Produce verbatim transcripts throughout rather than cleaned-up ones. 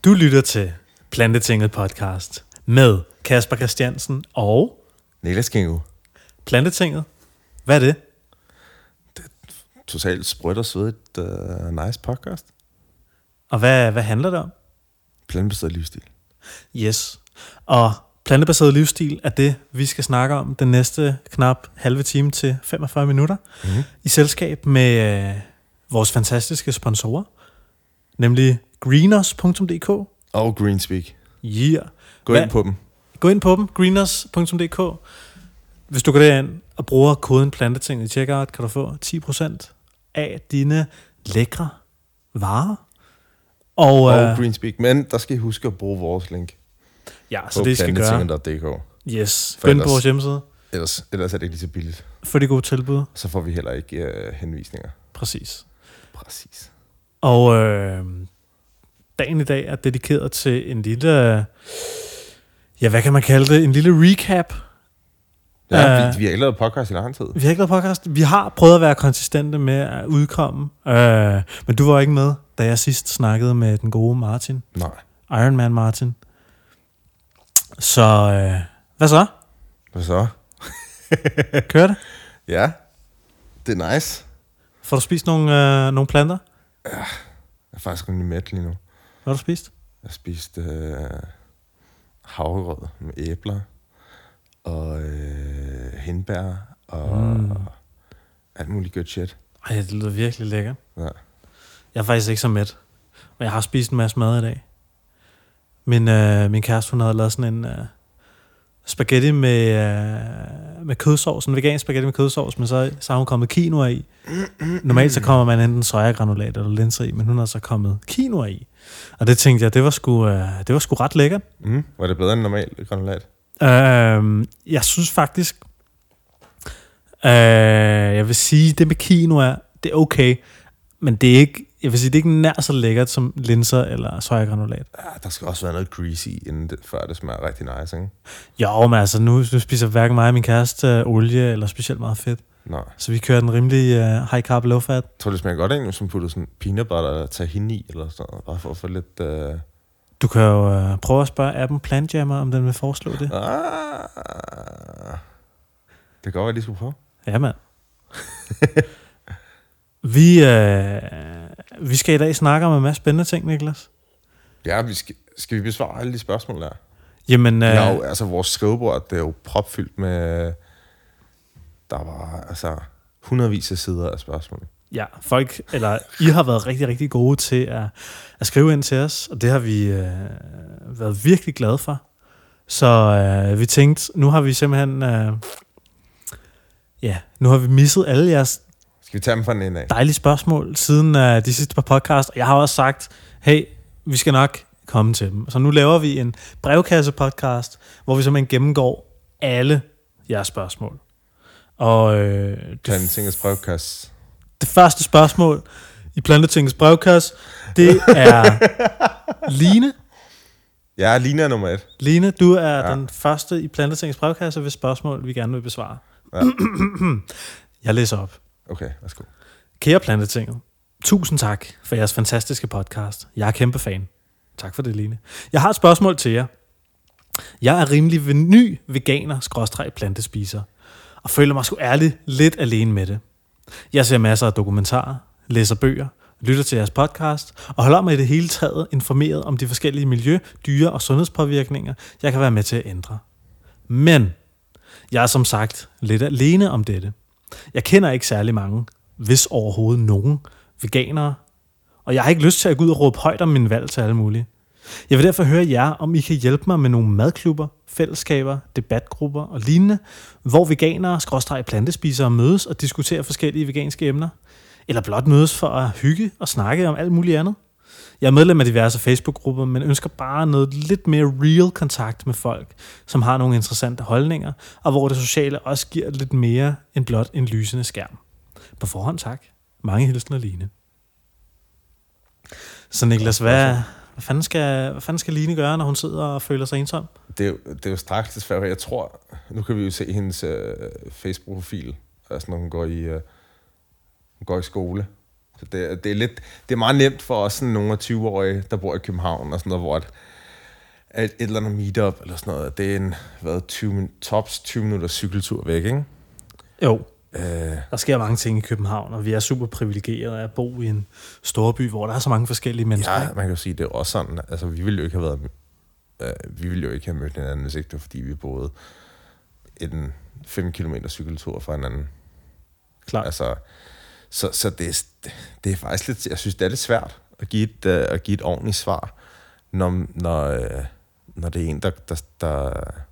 Du lytter til Plantetinget podcast med Kasper Christiansen og Niklas Kingo. Plantetinget, hvad er det? Det er totalt sprødt og svedigt uh, nice podcast. Og hvad, hvad handler det om? Plantebaseret livsstil. Yes, og plantebaseret livsstil er det, vi skal snakke om den næste knap halve time til femogfyrre minutter. Mm-hmm. I selskab med øh, vores fantastiske sponsorer, nemlig greeners punktum d k og Greenspeak. Yeah. Gå Hva? ind på dem. Gå ind på dem, greeners punktum d k. Hvis du går derind og bruger koden Plantetinget i checkout, kan du få ti procent af dine lækre varer. Og, og øh, Greenspeak, men der skal I huske at bruge vores link. Ja, så det skal gøre. plantetinget punktum d k. Yes, gå ind på vores hjemmeside. Ellers, ellers er det ikke lige så billigt. For de gode tilbud. Så får vi heller ikke uh, henvisninger. Præcis. Præcis. Og øh, dagen i dag er dedikeret til en lille, ja, hvad kan man kalde det? En lille recap. Ja, uh, vi, vi har ikke lavet podcast i lang tid. Vi har ikke lavet podcast. Vi har prøvet at være konsistente med at udkomme. Uh, men du var ikke med, da jeg sidst snakkede med den gode Martin. Nej. Iron Man Martin. Så, øh, hvad så? Hvad så? Kører det? Ja, det er nice. Får du spist nogle, øh, nogle planter? Ja, jeg er faktisk rimelig mæt lige nu. Hvad har du spist? Jeg har spist øh, havregrød med æbler og øh, hindbær og mm. alt muligt good shit. Ej, det lyder virkelig lækkert. Ja. Jeg er faktisk ikke så mæt, men jeg har spist en masse mad i dag. Min, øh, min kæreste, hun havde lavet sådan en øh, spaghetti med, øh, med kødsovs, en vegansk spaghetti med kødsovs, men så, så har hun kommet quinoa i. Normalt så kommer man enten sojagranulat eller linser i, men hun har så kommet quinoa i. Og det tænkte jeg, det var sgu, øh, det var sgu ret lækkert. Mm. Var det bedre end normalt granulat? Øh, jeg synes faktisk, øh, jeg vil sige, det med quinoa, det er okay, men det er ikke, jeg vil sige, det er ikke nær så lækkert som linser eller sojagranulat. Ja, der skal også være noget greasy inden det, før det smager rigtig nice, ikke? Jo, men altså, nu, nu spiser hverken mig og min kæreste øh, olie eller specielt meget fedt. Nej. Så vi kører den rimelig uh, high carb, low fat. Jeg tror, det smager godt af, som putter sådan peanut butter eller tahini i, eller sådan noget, bare for at få lidt... Uh... Du kan jo uh, prøve at spørge appen Plantjammer, om den vil foreslå det. Ah, det kan godt være, at de skulle prøve. Ja, mand. vi, uh, vi skal i dag snakke om en masse spændende ting, Niklas. Ja, vi skal, skal vi besvare alle de spørgsmål der? Jamen... Uh, ja, jo, altså vores skrivebord, det er jo propfyldt med... Der var altså hundredvis af sider af spørgsmål. Ja, folk, eller I har været rigtig, rigtig gode til at, at skrive ind til os, og det har vi øh, været virkelig glade for. Så øh, vi tænkte, nu har vi simpelthen, øh, ja, nu har vi misset alle jeres Skal vi tage dem fra den ende af? dejlige spørgsmål siden øh, de sidste par podcast, og jeg har også sagt, hey, vi skal nok komme til dem. Så nu laver vi en brevkasse-podcast, hvor vi simpelthen gennemgår alle jeres spørgsmål. Og øh, Plantetingets brevkasse. Det første spørgsmål i Plantetingets brevkasse, det er Line. Ja, Line er nummer et. Line, du er ja. Ja. den første i Plantetingets brevkasse, hvis spørgsmål vi gerne vil besvare. Ja. Jeg læser op. Okay, værsgo. Kære Plantetinget, tusind tak for jeres fantastiske podcast. Jeg er kæmpe fan. Tak for det, Line. Jeg har et spørgsmål til jer. Jeg er rimelig ny veganer-plantespiser, og føler mig sgu ærligt lidt alene med det. Jeg ser masser af dokumentarer, læser bøger, lytter til jeres podcast, og holder mig i det hele taget informeret om de forskellige miljø-, dyre- og sundhedspåvirkninger, jeg kan være med til at ændre. Men jeg er som sagt lidt alene om dette. Jeg kender ikke særlig mange, hvis overhovedet nogen, veganere, og jeg har ikke lyst til at gå ud og råbe højt om min valg til alle mulige. Jeg vil derfor høre jer, om I kan hjælpe mig med nogle madklubber, fællesskaber, debatgrupper og lignende, hvor veganere, skråstreg plantespisere mødes og diskuterer forskellige veganske emner. Eller blot mødes for at hygge og snakke om alt muligt andet. Jeg er medlem af diverse Facebook-grupper, men ønsker bare noget lidt mere real kontakt med folk, som har nogle interessante holdninger, og hvor det sociale også giver lidt mere end blot en lysende skærm. På forhånd tak. Mange hilsner, Line. Så Niklas, hvad... Hvad fanden, skal, hvad fanden skal Line gøre, når hun sidder og føler sig ensom? Det er jo, det er jo straks desværre. Jeg tror, nu kan vi jo se hendes uh, Facebook-profil, altså når hun går i, uh, hun går i skole. Så det, det, er lidt, det er meget nemt for os, sådan nogle af tyve-årige, der bor i København, og sådan noget, hvor et, et, et eller andet meetup, eller sådan noget, det er en, hvad, tyve, tops tyve minutter cykeltur væk, ikke? Jo. Øh. Der sker mange ting i København, og vi er super privilegerede at bo i en storby, hvor der er så mange forskellige mennesker. Ja, man kan jo sige, det er også sådan, altså vi ville jo ikke have været, øh, vi ville jo ikke have mødt hinanden, hvis ikke det var, fordi vi boede en fem kilometer cykeltur fra hinanden. Klart. Altså, så, så det, er, det er faktisk lidt, jeg synes, det er lidt svært at give et, uh, at give et ordentligt svar, når, når, uh, når det er en, der, der, der,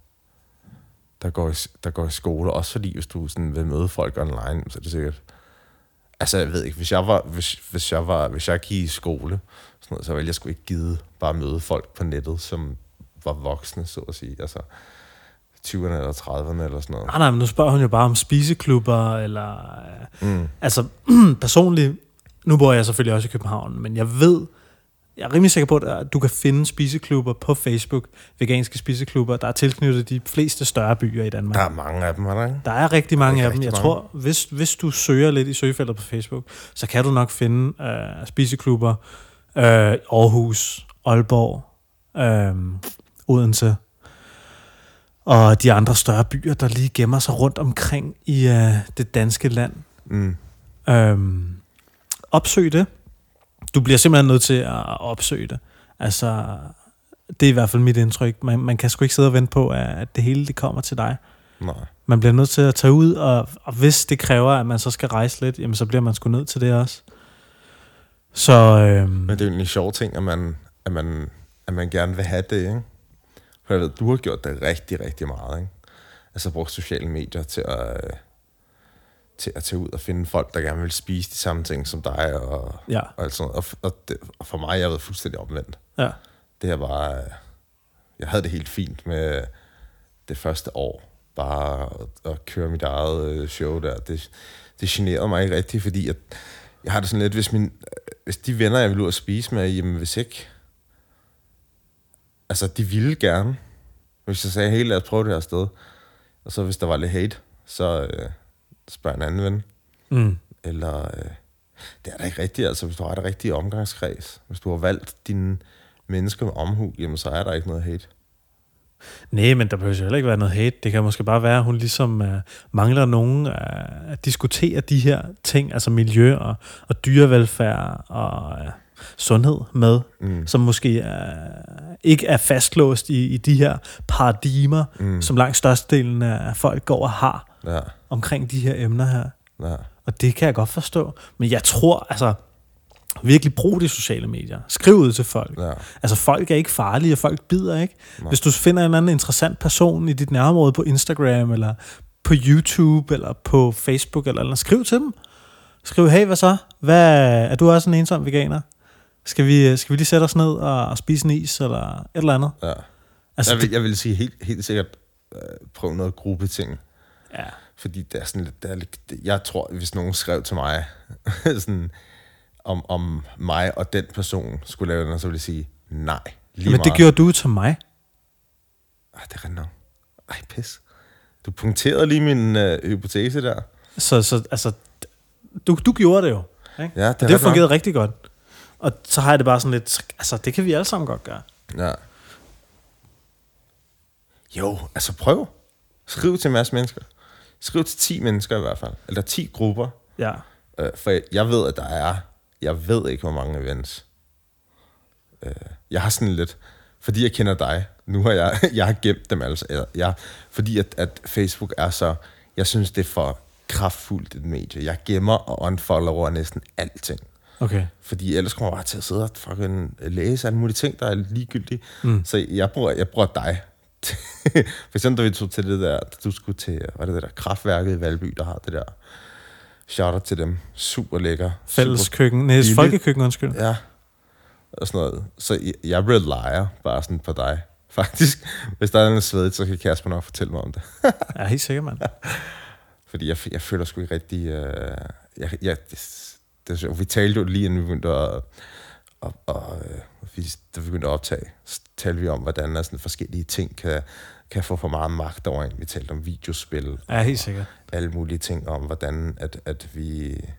der, går i, der går i skole. Også fordi, hvis du sådan vil møde folk online, så er det sikkert... Altså, jeg ved ikke, hvis jeg var, hvis, hvis jeg var, hvis jeg gik i skole, sådan noget, så ville jeg sgu ikke gide bare møde folk på nettet, som var voksne, så at sige. Altså, tyverne eller trediverne eller sådan noget. Nej, nej, men nu spørger hun jo bare om spiseklubber, eller... Mm. Altså, personligt, nu bor jeg selvfølgelig også i København, men jeg ved, jeg er rimelig sikker på, at du kan finde spiseklubber på Facebook, veganske spiseklubber, der er tilknyttet de fleste større byer i Danmark. Der er mange af dem, er der ikke? Der er rigtig mange er af dem. Jeg mange. tror, hvis, hvis du søger lidt i søgefeltet på Facebook, så kan du nok finde øh, spiseklubber, øh, Aarhus, Aalborg, øh, Odense, og de andre større byer, der lige gemmer sig rundt omkring i øh, det danske land. Mm. Øhm, opsøg det. Du bliver simpelthen nødt til at opsøge det. Altså, det er i hvert fald mit indtryk. Man, man kan sgu ikke sidde og vente på, at det hele det kommer til dig. Nej. Man bliver nødt til at tage ud, og, og hvis det kræver, at man så skal rejse lidt, jamen så bliver man sgu nødt til det også. Så, øhm, Men det er jo en sjov ting, at man, at, man, at man gerne vil have det, ikke? For jeg ved, du har gjort det rigtig, rigtig meget, ikke? Altså brugt sociale medier til at, til at tage ud og finde folk, der gerne vil spise de samme ting som dig, og, ja. og alt sådan noget. Og, og, det, og for mig, jeg har været fuldstændig omvendt. Ja. Det her bare... Jeg havde det helt fint med det første år, bare at, at køre mit eget show der. Det, det generede mig ikke rigtigt, fordi at, jeg har det sådan lidt, hvis, min, hvis de venner, jeg vil ud og spise med, jamen hvis ikke... Altså, de ville gerne. Hvis jeg sagde, hey, lad os prøve det her sted. Og så hvis der var lidt hate, så øh, spørg en anden ven. Mm. Eller, øh, det er da ikke rigtigt, altså, hvis du har det rigtige omgangskreds. Hvis du har valgt dine mennesker med omhu, jamen, så er der ikke noget hate. Nej, men der behøver jo heller ikke være noget hate. Det kan måske bare være, at hun ligesom uh, mangler nogen uh, at diskutere de her ting, altså miljø og, og dyrevelfærd og uh, sundhed med, mm. som måske uh, ikke er fastlåst i, i de her paradigmer, mm. som langt størstedelen af folk går og har ja. omkring de her emner her. Ja. Og det kan jeg godt forstå. Men jeg tror, altså, virkelig brug de sociale medier. Skriv ud til folk. Ja. Altså, folk er ikke farlige, og folk bider ikke. Nej. Hvis du finder en eller anden interessant person i dit nærområde på Instagram, eller på YouTube, eller på Facebook, eller, eller skriv til dem. Skriv, hey, hvad så? Hvad, er du også en ensom veganer? Skal vi, skal vi lige sætte os ned og, og spise en is, eller et eller andet? Ja. Altså, jeg, vil, jeg vil sige helt, helt sikkert, øh, prøv noget gruppeting. Ja. Fordi det er sådan lidt, det er lidt, jeg tror, hvis nogen skrev til mig, sådan, om, om mig og den person skulle lave noget, så ville jeg sige, nej. Lige Men meget. det gjorde du til mig. Ej, det er rent nok. Ej, pis. Du punkterede lige min øh, hypotese der. Så, så altså, du, du gjorde det jo. Ikke? Ja, det, det fungerede rigtig godt. Og så har jeg det bare sådan lidt, altså det kan vi alle sammen godt gøre. Ja. Jo, altså prøv. Skriv til en masse mennesker. Skriv til ti mennesker i hvert fald. Eller ti grupper. Ja. Øh, for jeg ved, at der er... Jeg ved ikke, hvor mange events. Øh, jeg har sådan lidt... Fordi jeg kender dig. Nu har jeg... Jeg har gemt dem altså. Jeg, fordi at, at Facebook er så... Jeg synes, det er for kraftfuldt et medie. Jeg gemmer og unfollower næsten alting. Okay. Fordi ellers kommer jeg bare til at sidde og fucking læse alle mulige ting, der er ligegyldige. Mm. Så jeg bruger, jeg bruger dig. For eksempel, da vi tog til det der, du skulle til, hvad er det der, kraftværket i Valby, der har det der. Shout out til dem. Super lækker. Fælleskøkken. Nej, folkekøkken, undskyld. Ja. Og sådan noget. Så jeg, jeg relyer bare sådan på dig. Faktisk. Hvis der er noget svedigt, så kan Kasper nok fortælle mig om det. Ja, helt sikkert, mand. Fordi jeg, jeg føler sgu ikke rigtig... Uh, jeg, jeg, det, det, vi talte jo lige inden vi begyndte at... Og, og øh, da vi begyndte at optage, så talte vi om, hvordan sådan forskellige ting kan, kan få for meget magt over en. Vi talte om videospil. Ja, helt sikkert. Alle mulige ting om, hvordan at, at vi...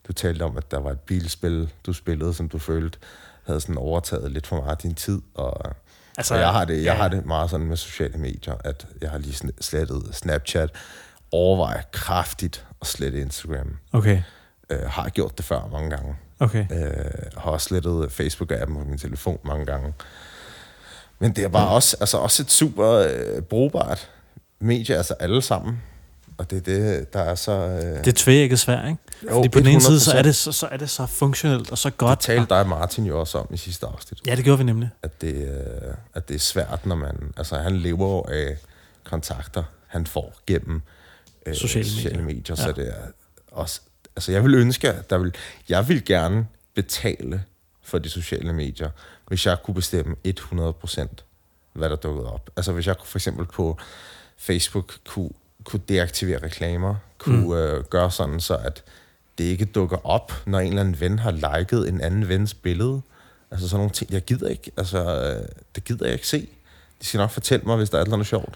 du talte om, at der var et bilspil, du spillede, som du følte havde sådan overtaget lidt for meget af din tid, og, altså, og jeg, har det, jeg ja. har det meget sådan med sociale medier, at jeg har lige slettet Snapchat, overvejer kraftigt at slette Instagram. Okay. Øh, har gjort det før mange gange. Okay. Øh, har også slettet Facebook-appen på min telefon mange gange. Men det er bare mm. også, altså også et super øh, brugbart medie, altså alle sammen. Og det er det, der er så... Øh... Det er tvækket svært, ikke? Jo, fordi på den ene side, så er, det så, så er det så funktionelt og så godt. Det talte dig Martin jo også om i sidste afsnit. Ja, det gjorde vi nemlig. At det, øh, at det er svært, når man... Altså, han lever af kontakter, han får gennem øh, sociale, sociale medier. medier ja. Så det er også... Altså, jeg vil ønske, at der vil... Jeg vil gerne betale for de sociale medier, hvis jeg kunne bestemme hundrede procent, hvad der dukkede op. Altså, hvis jeg for eksempel på Facebook kunne kunne deaktivere reklamer, kunne mm. øh, gøre sådan, så at det ikke dukker op, når en eller anden ven har liket en anden vens billede. Altså sådan nogle ting. Jeg gider ikke, altså, øh, det gider jeg ikke se. De skal nok fortælle mig, hvis der er noget sjovt.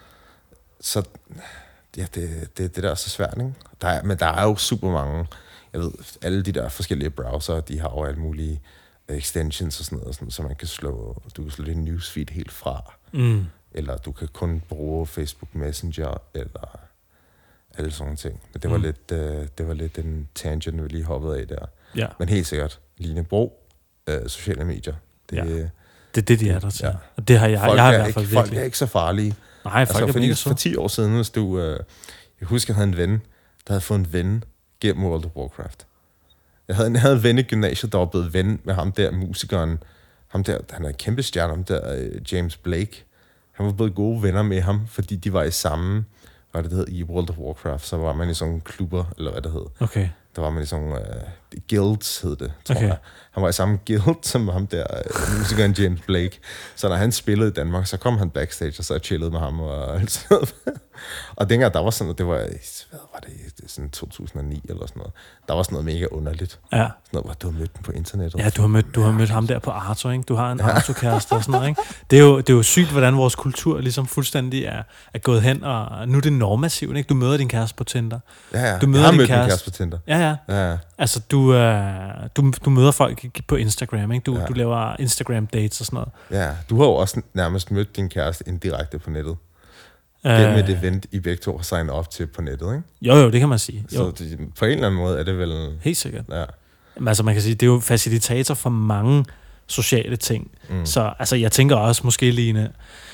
Så ja, det, det, det der er så svært, ikke? Der er, men der er jo super mange, jeg ved, alle de der forskellige browser, de har jo alle mulige extensions og sådan noget, sådan, så man kan slå, du kan slå din newsfeed helt fra. Mm. Eller du kan kun bruge Facebook Messenger, eller alle sådan ting. Men det var, mm. lidt, øh, det var lidt en tangent, vi lige hoppede af der. Ja. Men helt sikkert, Line, brug øh, sociale medier. Det, ja. det er det, de er der til. Ja. Og det har jeg, folk jeg har i hvert hvert fald ikke, virkelig. Folk er ikke så farlige. Nej, folk altså, er fordi så. For ti år siden, hvis du... Øh, jeg husker, jeg havde en ven, der havde fået en ven gennem World of Warcraft. Jeg havde, jeg havde en ven i gymnasiet, der var blevet ven med ham der, musikeren. Ham der, han er en kæmpe stjerne, ham der, øh, James Blake. Han var blevet gode venner med ham, fordi de var i samme, hvad det hed, i World of Warcraft, så var man i sådan klubber, eller hvad det hed. Okay. Der var man i sådan uh, guilds, hed det, tror okay. jeg. Han var i samme guild som ham der, uh, musikeren James Blake. Så når han spillede i Danmark, så kom han backstage, og så chillede med ham og alt sådan noget. Og dengang, der var sådan noget, det var, hvad var det, det sådan to tusind og ni eller sådan noget. Der var sådan noget mega underligt. Ja. Sådan noget, hvor du har mødt dem på internettet. Ja, du har mødt, du har mødt ham der på Arthur, ikke? Du har en Arthur-kæreste og sådan noget, ikke? Det er, jo, det er jo sygt, hvordan vores kultur ligesom fuldstændig er, er gået hen, og nu er det normativt, ikke? Du møder din kæreste på Tinder. Ja, ja. Du møder jeg har din mødt kæreste. min kæreste på Tinder. Ja, ja. ja, ja. Altså, du, øh, du, du møder folk på Instagram, ikke? Du, ja. du laver Instagram-dates og sådan noget. Ja, du har jo også nærmest mødt din kæreste indirekte på nettet. Gennem et event, I begge to har signet op til på nettet, ikke? Jo, jo, det kan man sige. Jo. Så det, på en eller anden måde er det vel... Helt sikkert. Ja. Men altså, man kan sige, det er jo facilitator for mange sociale ting. Mm. Så altså, jeg tænker også måske, Line,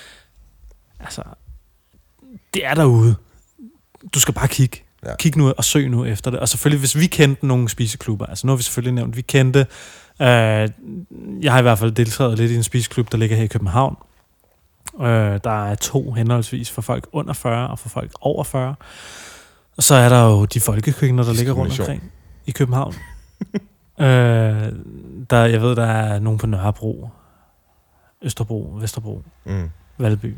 altså, det er derude. Du skal bare kigge. Ja. Kig nu og søg nu efter det. Og selvfølgelig, hvis vi kendte nogle spiseklubber, altså nu har vi selvfølgelig nævnt, vi kendte, øh, jeg har i hvert fald deltaget lidt i en spiseklub, der ligger her i København. Øh, der er to henholdsvis for folk under fyrre og for folk over fyrre. Og så er der jo de folkekøkkener, der ligger rundt omkring i København. øh, der, jeg ved, der er nogen på Nørrebro, Østerbro, Vesterbro, mm. Valby.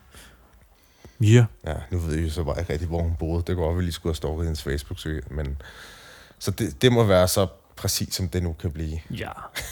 Ja. Ja, nu ved jeg så bare ikke rigtig, hvor hun boede. Det går op, vi lige skulle have stalket hendes Facebook-søge, men så det, det må være så præcis, som det nu kan blive. Ja.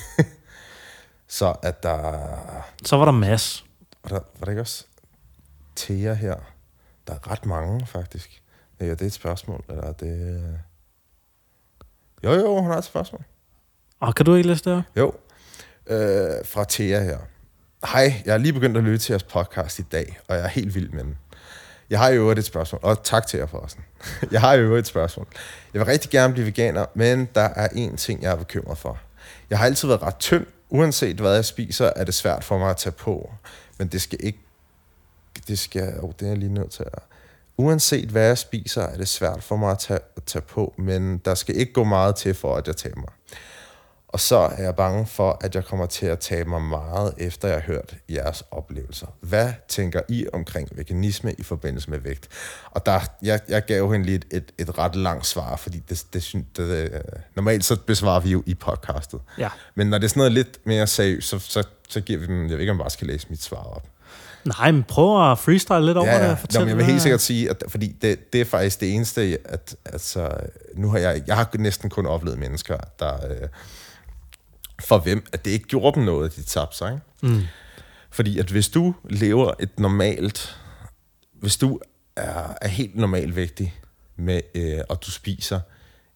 Så at der... Så var der Mads. Var der, var der ikke også Thea her? Der er ret mange, faktisk. Ja, det er et spørgsmål, eller er det... Jo, jo, hun har et spørgsmål. Og kan du ikke læse det her? Jo. Øh, fra Thea her. Hej, jeg er lige begyndt at lytte til jeres podcast i dag, og jeg er helt vild med den. Jeg har jo et spørgsmål, og tak til jer forresten. Jeg har jo et spørgsmål. Jeg vil rigtig gerne blive veganer, men der er én ting, jeg er bekymret for. Jeg har altid været ret tynd. Uanset hvad jeg spiser, er det svært for mig at tage på. Men det skal ikke... Det skal... Oh, det er jeg lige nødt til at... Uanset hvad jeg spiser, er det svært for mig at tage, at tage på, men der skal ikke gå meget til, for at jeg tager mig. Og så er jeg bange for, at jeg kommer til at tage mig meget, efter jeg har hørt jeres oplevelser. Hvad tænker I omkring veganisme i forbindelse med vægt? Og der, jeg, jeg gav hende lige et, et, et ret langt svar, fordi det, det, det, det, normalt så besvarer vi jo i podcastet. Ja. Men når det er sådan noget lidt mere seriøst, så, så, så giver vi dem... Jeg ved ikke, om jeg bare skal læse mit svar op. Nej, men prøv at freestyle lidt over ja, ja. det. Fortæl, Nå, jeg vil helt sikkert sige, at fordi det, det er faktisk det eneste, at altså, nu har jeg, jeg har næsten kun oplevet mennesker, der øh, for hvem, at det ikke gjorde dem noget, at de tabte sig. Ikke? Mm. Fordi at hvis du lever et normalt, hvis du er, er helt normalvægtig, med, øh, og du spiser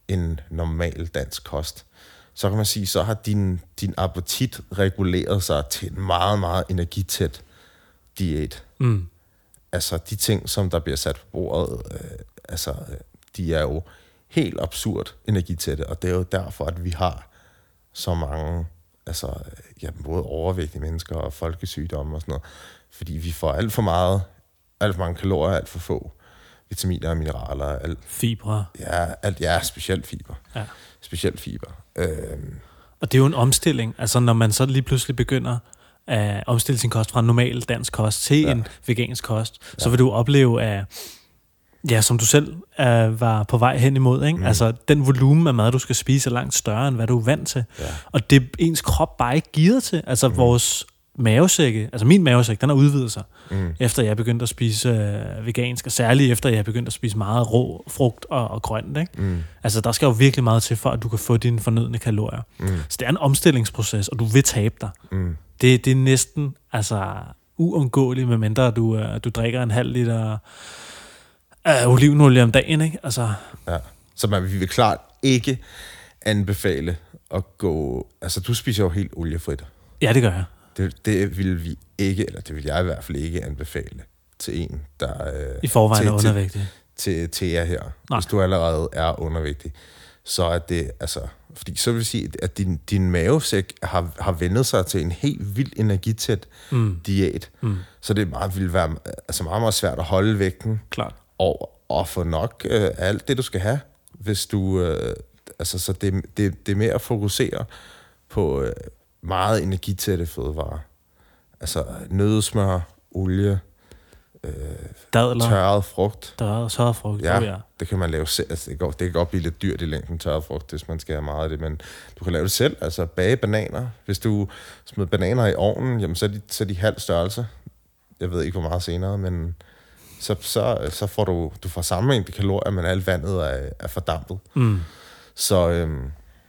en normal dansk kost, så kan man sige, så har din, din appetit reguleret sig til en meget, meget energitæt diæt. Mm. Altså, de ting, som der bliver sat på bordet, øh, altså, de er jo helt absurd energitætte, og det er jo derfor, at vi har så mange, altså, ja, både overvægtige mennesker og folkesygdomme og sådan noget, fordi vi får alt for meget, alt for mange kalorier, alt for få vitaminer og mineraler. Alt, Fibre. Ja, alt, ja, specielt fiber. Ja. Specielt fiber. Øhm. Og det er jo en omstilling, altså når man så lige pludselig begynder at omstille sin kost fra en normal dansk kost til ja. en vegansk kost, så ja. vil du opleve, at ja, som du selv uh, var på vej hen imod, ikke? Mm. Altså, den volumen af mad, du skal spise, er langt større, end hvad du er vant til. Ja. Og det er ens krop bare ikke gearet til. Altså, mm. vores mavesække, altså min mavesæk, den har udvidet sig, mm. efter jeg begyndte at spise uh, vegansk, og særligt efter jeg begyndte at spise meget rå frugt og, og grønt, ikke? Mm. Altså, der skal jo virkelig meget til, for at du kan få dine fornødne kalorier. Mm. Så det er en omstillingsproces, og du vil tabe dig. Mm. Det, det er næsten, altså, uundgåeligt, medmindre du, uh, du drikker en halv liter Uh, olivenolie om dagen, ikke? Altså. Ja, så man, vi vil klart ikke anbefale at gå... Altså, du spiser jo helt oliefrit. Ja, det gør jeg. Det, det vil vi ikke, eller det vil jeg i hvert fald ikke anbefale til en, der... Øh, I forvejen til, er undervægtig. Til, til, til jer her. Nej. Hvis du allerede er undervægtig, så er det, altså... Fordi så vil sige, at din, din mavesæk har, har vendet sig til en helt vild energitæt mm. diæt. Mm. Så det meget, vil være altså meget, meget svært at holde vægten. Klart. Og, og få nok øh, alt det, du skal have, hvis du... Øh, altså, så det, det, det er med at fokusere på øh, meget energitætte fødevarer. Altså nøddesmør, olie, øh, dadler, tørret frugt. Tørret, tørret frugt, ja, ja. Det kan man lave selv. Altså, det, går, det kan godt blive lidt dyrt i længden, tørret frugt, hvis man skal have meget af det, men du kan lave det selv. Altså bage bananer. Hvis du smider bananer i ovnen, jamen, så er de, så er de halv størrelse. Jeg ved ikke, hvor meget senere, men... Så, så, så får du, du får samme mængde kalorier, men alt vandet er, er fordampet. Mm. Så øhm,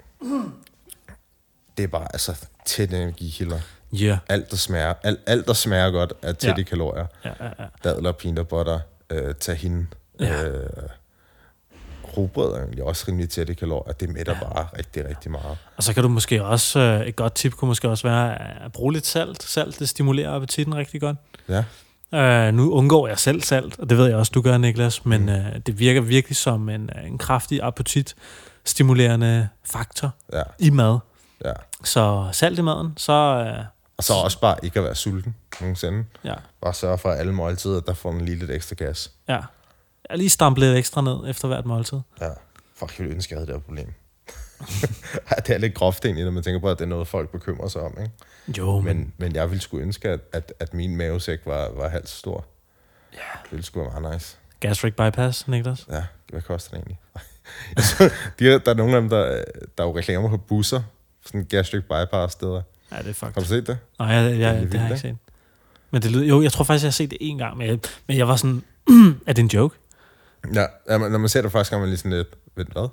det er bare altså tætte energikilder. Yeah. Alt, der smager, alt, alt, der smager godt, er tætte ja. kalorier. Ja, ja, ja. Dadler, peanut butter, øh, tahin, ja. øh, rugbrød er egentlig også rimelig tætte kalorier. Det mætter ja. bare rigtig, rigtig meget. Og så kan du måske også, et godt tip kunne måske også være at bruge lidt salt. Salt, det stimulerer appetitten rigtig godt. Ja. Uh, nu undgår jeg selv salt, og det ved jeg også, du gør, Niklas, men mm. uh, det virker virkelig som en, en kraftig appetitstimulerende faktor ja. i mad. Ja. Så salt i maden, så... Uh, og så også bare ikke at være sulten nogensinde. Ja. Bare sørge for, at alle måltider, der får en lige lidt ekstra gas. Ja. Jeg lige stampe lidt ekstra ned efter hvert måltid. Ja. Fuck, jeg ville ønske, jeg havde det her problem. Det er lidt groft egentlig, når man tænker på, at det er noget, folk bekymrer sig om, ikke? Jo, men... men... Men jeg ville sgu ønske, at, at, at min mavesæk var, var halvt så stor. Ja. Det ville sgu være meget nice. Gastric bypass, Niklas? Ja, hvad koster det egentlig? så, de er, der er nogle af dem, der, der er jo reklamer på busser. Sådan gastric bypass steder. Ja, det er faktisk... Har du set det? Nej, jeg, jeg, jeg, det, det har jeg ikke set. Men det lyder... Jo, jeg tror faktisk, jeg har set det en gang, men jeg, men jeg var sådan... er det en joke? Ja, når man ser det første gang, man lige sådan lidt... Ved hvad?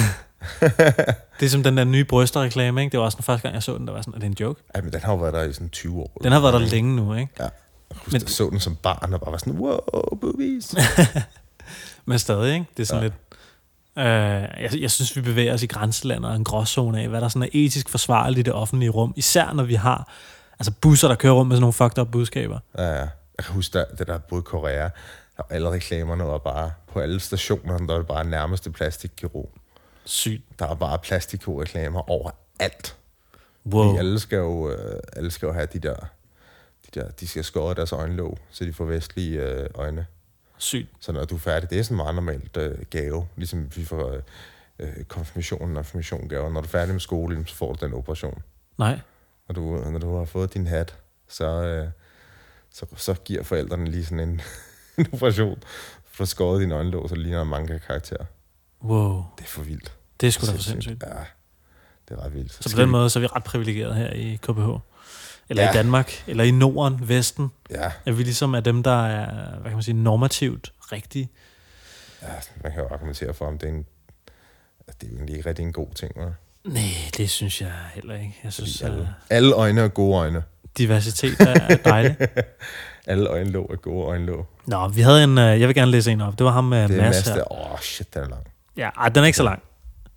Det er som den der nye bryster-reklame, ikke? Det var også den første gang, jeg så den, der var sådan, er det en joke? Ja, men den har jo været der i sådan tyve år. Den har været der længe nu, ikke? Ja. Jeg husker, men... jeg så den som barn, og bare var sådan, wow, boobies. Men stadig, ikke? Det er sådan ja. lidt... Øh, jeg, jeg synes, vi bevæger os i grænselandet og en gråzone af, hvad der sådan er etisk forsvarligt i det offentlige rum. Især når vi har altså busser, der kører rundt med sådan nogle fucked up budskaber. Ja, ja. Jeg kan huske, der, det der både i Korea, og alle reklamerne var bare på alle stationerne, der var bare nærmeste plastikkirurg. Sygt. Der er bare plastikkirurg-reklamer overalt. Wow. De alle skal jo, øh, alle skal jo have de der, de der, de skal skåre deres øjenlåg, så de får vestlige øh, øjne. Sygt. Så når du er færdig, det er sådan en meget normalt øh, gave, ligesom vi får øh, konfirmationen og konfirmationsgaver. Når du er færdig med skole, så får du den operation. Nej. Når du, når du har fået din hat, så, øh, så, så giver forældrene lige sådan en, en operation for at skåre dine øjenlåg, så det ligner en manga-karakter. Wow. Det er for vildt. Det er sgu da for sindssygt. Ja, det er ret vildt. Så, så på den vi... måde, så er vi ret privilegeret her i K B H. Eller ja. i Danmark, eller i Norden, Vesten. Ja. At vi ligesom er dem, der er, hvad kan man sige, normativt rigtige. Ja, man kan jo argumentere for, om det er en, at det er egentlig ikke rigtig en god ting, hva'? Nej, det synes jeg heller ikke. Jeg synes, alle, uh... alle øjne er gode øjne. Diversitet er dejligt. Alle øjenlåg er gode øjenlåg. Nå, vi havde en, uh, jeg vil gerne læse en op. Det var ham med Mads. Mads her. Åh, oh, shit, den er lang. Ja, ej, den er ikke så lang.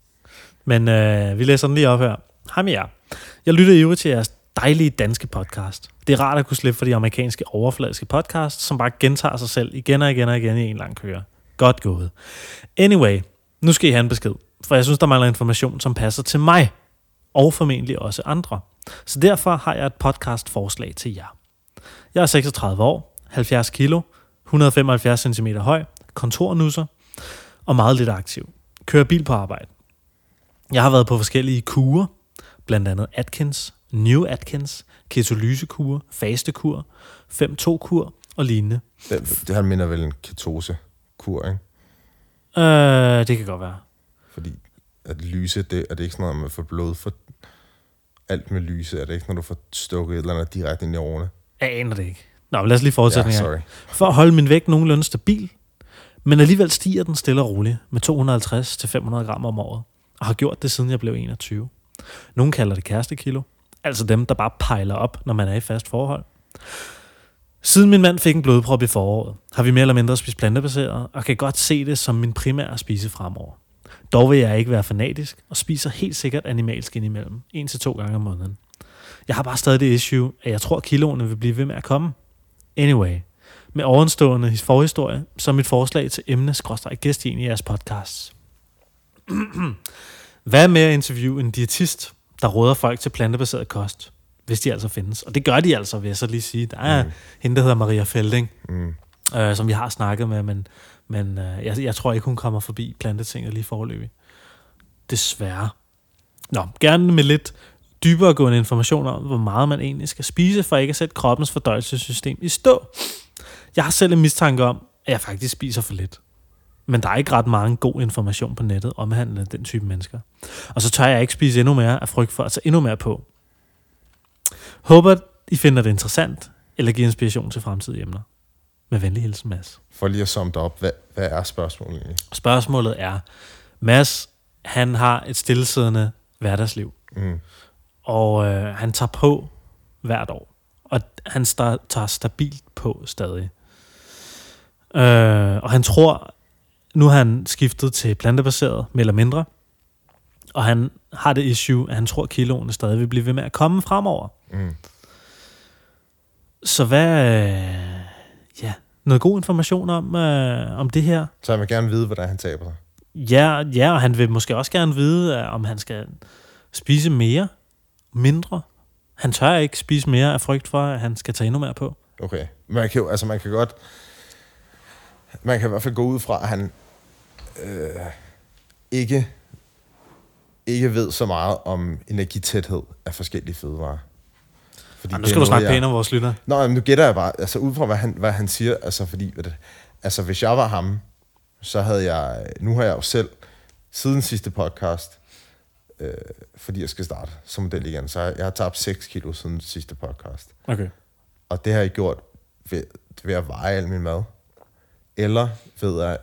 Men øh, vi læser den lige op her. Hej med jer. Jeg lytter i øvrigt til jeres dejlige danske podcast. Det er rart at kunne slippe for de amerikanske overfladiske podcasts, som bare gentager sig selv igen og igen og igen i en lang køre. Godt gået. Anyway, nu skal I have en besked, for jeg synes, der mangler information, som passer til mig, og formentlig også andre. Så derfor har jeg et podcast-forslag til jer. Jeg er seksogtredive år, halvfjerds kilo, et hundrede og femoghalvfjerds centimeter høj, kontornusser og meget lidt aktiv. Kører bil på arbejde. Jeg har været på forskellige kurer, blandt andet Atkins, New Atkins, ketolysekur, fastekur, fem to-kur og lignende. Det, det her minder vel en ketose-kur, ikke? Øh, det kan godt være. Fordi at lyse, det, er det ikke sådan noget, man får blod for alt med lyse? Er det ikke, når du får stukket et eller andet direkte ind i årene? Jeg aner det ikke. Nå, lad os lige fortsætte. Ja, sorry. For at holde min vægt nogenlunde stabil, men alligevel stiger den stille og roligt med to hundrede og halvtreds til fem hundrede gram om året, og har gjort det siden jeg blev enogtyve. Nogle kalder det kærestekilo, altså dem, der bare pejler op, når man er i fast forhold. Siden min mand fik en blodprop i foråret, har vi mere eller mindre spist plantebaseret, og kan godt se det som min primære spise fremover. Dog vil jeg ikke være fanatisk, og spiser helt sikkert animalsk indimellem, en til to gange om måneden. Jeg har bare stadig det issue, at jeg tror, at kiloene vil blive ved med at komme. Anyway, med ovenstående forhistorie, så mit forslag til emne-gæst i en i jeres podcasts. Hvad med at interviewe en diætist, der råder folk til plantebaseret kost, hvis de altså findes? Og det gør de altså, vil jeg så lige sige. Der er mm. hende, der hedder Maria Felding, mm. øh, som vi har snakket med, men, men øh, jeg, jeg tror ikke, hun kommer forbi plantetinget lige foreløbig. Desværre. Nå, gerne med lidt dybere gående information om, hvor meget man egentlig skal spise, for ikke at sætte kroppens fordøjelsessystem i stå. Jeg har selv en mistanke om, at jeg faktisk spiser for lidt. Men der er ikke ret mange god information på nettet omhandlende den type mennesker. Og så tør jeg ikke spise endnu mere af frygt for at tage endnu mere på. Håber, I finder det interessant, eller giver inspiration til fremtidige emner. Med venlig hilsen, Mads. For lige at summe det op, hvad, hvad er spørgsmålet egentlig? Spørgsmålet er, Mads, han har et stillesiddende hverdagsliv. Mm. Og øh, han tager på hvert år. Og han sta- tager stabilt på stadig. Øh, og han tror, nu har han skiftet til plantebaseret, mere eller mindre. Og han har det issue, at han tror, at kiloene stadig vil blive ved med at komme fremover. Mm. Så hvad... Øh, ja, noget god information om, øh, om det her. Så han vil gerne vide, hvordan han taber sig. Ja, ja, og han vil måske også gerne vide, øh, om han skal spise mere, mindre. Han tør ikke spise mere af frygt for, at han skal tage endnu mere på. Okay. Man kan jo, altså man kan godt... Man kan i hvert fald gå ud fra, at han øh, ikke, ikke ved så meget om energitæthed af forskellige fødevarer. Fordi nu skal du snakke pænt om vores lytter. Nå, men nu gætter jeg bare, altså ud fra, hvad han, hvad han siger, altså fordi, det, altså hvis jeg var ham, så havde jeg, nu har jeg jo selv, siden sidste podcast, øh, fordi jeg skal starte som model igen, så jeg, jeg har tabt seks kilo siden sidste podcast. Okay. Og det har jeg gjort ved, ved at veje al min mad. Eller ved at,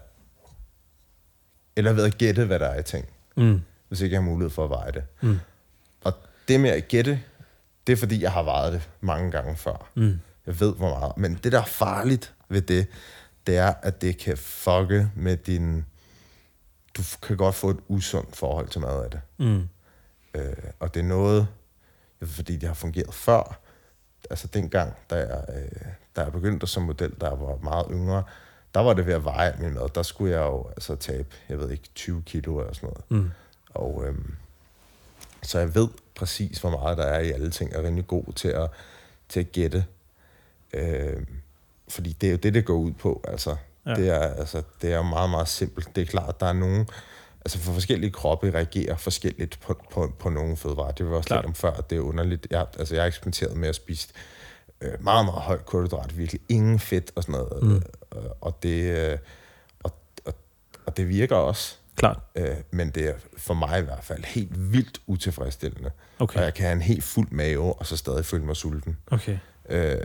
eller ved at gætte, hvad der er i ting. Mm. Hvis ikke jeg har mulighed for at veje det. Mm. Og det med at gætte, det er fordi, jeg har vejet det mange gange før. Mm. Jeg ved, hvor meget. Men det, der er farligt ved det, det er, at det kan fucke med din... Du kan godt få et usundt forhold til mad af det. Mm. Øh, og det er noget, fordi det har fungeret før. Altså dengang, da jeg, øh, da jeg begyndte som model, der var meget yngre, der var det ved at veje min mad. Der skulle jeg jo altså tabe, jeg ved ikke, tyve kilo eller sådan noget. Mm. Og øhm, så jeg ved præcis, hvor meget der er i alle ting, og er rimelig god til at, til at gætte. Øhm, fordi det er jo det, det går ud på. Altså, ja. det, er, altså, det er meget, meget simpelt. Det er klart, der er nogen... Altså for forskellige kroppe reagerer forskelligt på, på, på nogle fødevarer. Det var også lidt om før, at det er underligt. Jeg, altså, jeg har eksperimenteret med at spise øh, meget, meget høj kulhydrat, virkelig ingen fedt og sådan noget. Mm. Øh, og, det, øh, og, og, og det virker også. Klart. Øh, men det er for mig i hvert fald helt vildt utilfredsstillende. Okay. Og jeg kan have en helt fuld mave, og så stadig føle mig sulten. Okay. Øh,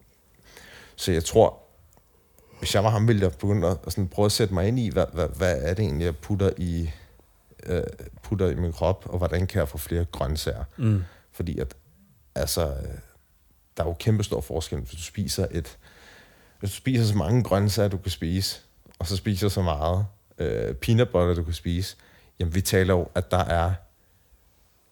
så jeg tror, hvis jeg var ham, ville jeg begynde at sådan prøve at sætte mig ind i, hvad, hvad, hvad er det egentlig, jeg putter i, øh, putter i min krop, og hvordan kan jeg få flere grøntsager? Mm. Fordi at, altså, der er jo kæmpe stor forskel, hvis du spiser et, hvis du spiser så mange grøntsager, du kan spise, og så spiser så meget øh, peanut butter, du kan spise, jamen vi taler jo, at der er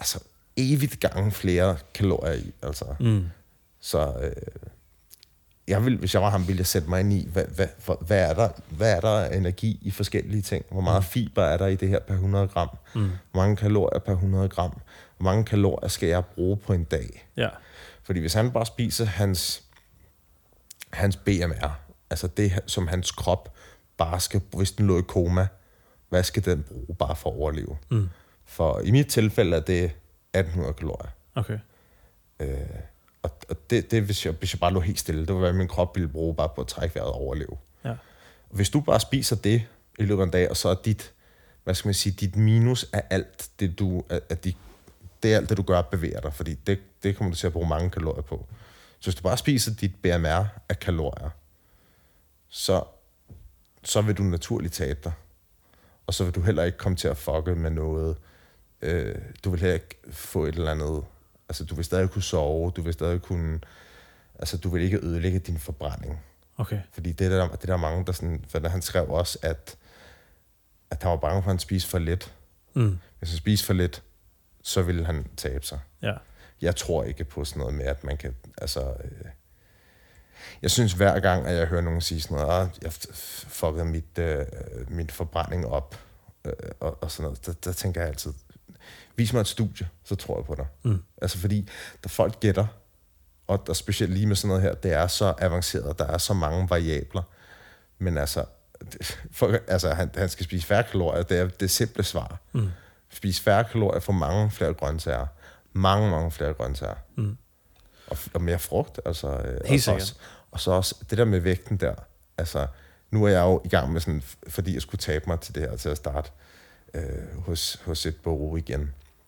altså evigt gange flere kalorier i. Altså. Mm. Så øh, jeg vil, hvis jeg var ham, ville jeg sætte mig ind i, hvad, hvad, hvad, er der, hvad er der af energi i forskellige ting? Hvor meget mm. fiber er der i det her per hundrede gram? Mm. Hvor mange kalorier per hundrede gram? Hvor mange kalorier skal jeg bruge på en dag? Ja. Fordi hvis han bare spiser hans, hans B M R, altså det, som hans krop bare skal, hvis den lå i koma, hvad skal den bruge bare for at overleve? Mm. For i mit tilfælde er det atten hundrede kalorier. Okay. Øh, og og det, det hvis, jeg, hvis jeg bare lå helt stille, det var, hvad min krop ville bruge bare på at trække vejret og overleve. Ja. Hvis du bare spiser det i løbet af en dag, og så er dit, hvad skal man sige, dit minus af alt det, du, af de, det er alt det, du gør at bevæge dig, fordi det, det kommer du til at bruge mange kalorier på. Så hvis du bare spiser dit B M R af kalorier, så, så vil du naturligt tabe dig. Og så vil du heller ikke komme til at fucke med noget. Øh, du vil heller ikke få et eller andet. Altså, du vil stadig kunne sove. Du vil stadig kunne. Altså, du vil ikke ødelægge din forbrænding. Okay. Fordi det der, det der er mange, der sådan. For han skrev også, at, at han var bange for, at han spiste for lidt. Mm. Hvis han spiste for lidt, så ville han tabe sig. Ja. Jeg tror ikke på sådan noget med, at man kan. Altså. Øh, Jeg synes hver gang, at jeg hører nogen sige sådan noget, at jeg fuckede mit, øh, min forbrænding op, øh, og, og sådan noget, der, der tænker jeg altid, vis mig et studie, så tror jeg på dig. Mm. Altså fordi, der folk gætter, og der specielt lige med sådan noget her, det er så avanceret, der er så mange variabler, men altså, for, altså han, han skal spise færre kalorier, det er det simple svar. Mm. Spise færre kalorier, få mange flere grøntsager, mange, mange flere grøntsager. Mm. Og, og mere frugt, altså. Helt og, også, og så også det der med vægten der. Altså, nu er jeg jo i gang med sådan, fordi jeg skulle tabe mig til det her, til at starte øh, hos, hos et bureau igen.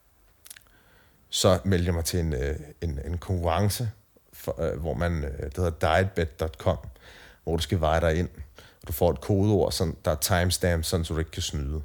Så meldte jeg mig til en, øh, en, en konkurrence, for, øh, hvor man, øh, det hedder dietbet punktum com, hvor du skal veje dig ind, og du får et kodeord, sådan, der er timestamp, sådan, så du ikke kan snyde.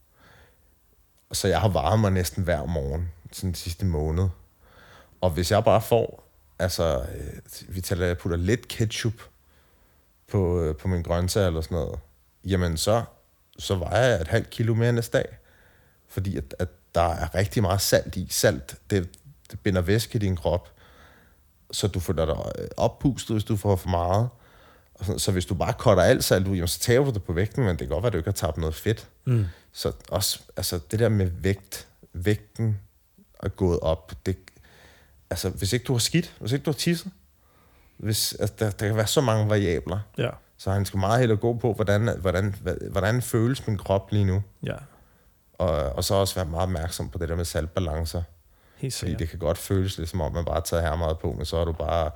Og så jeg har vejet mig næsten hver morgen, sådan de sidste måned. Og hvis jeg bare får, altså, øh, vi taler, jeg putter lidt ketchup på, øh, på min grøntsager eller sådan noget, jamen så, så vejer jeg et halvt kilo mere næste dag. Fordi at, at der er rigtig meget salt i. Salt, det, det binder væske i din krop, så du føler dig oppustet, hvis du får for meget. Og så, så hvis du bare cutter alt salt ud, jamen, så tager du det på vægten, men det kan godt være, at du ikke har tabt noget fedt. Mm. Så også, altså det der med vægt, vægten er gået op, det, altså, hvis ikke du har skidt, hvis ikke du har tisset, hvis, altså, der, der kan være så mange variabler, ja. Så han skal meget hellere gå på, hvordan, hvordan, hvordan føles min krop lige nu. Ja. Og, og så også være meget opmærksom på det der med saltbalancer. Helt sikkert. Fordi det kan godt føles lidt som om, man bare har taget her meget på, men så har du bare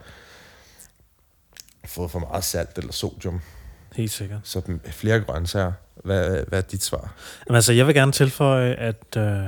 fået for meget salt eller sodium. Helt sikkert. Så flere grøntsager. Hvad, hvad er dit svar? Jamen, altså, jeg vil gerne tilføje, at øh,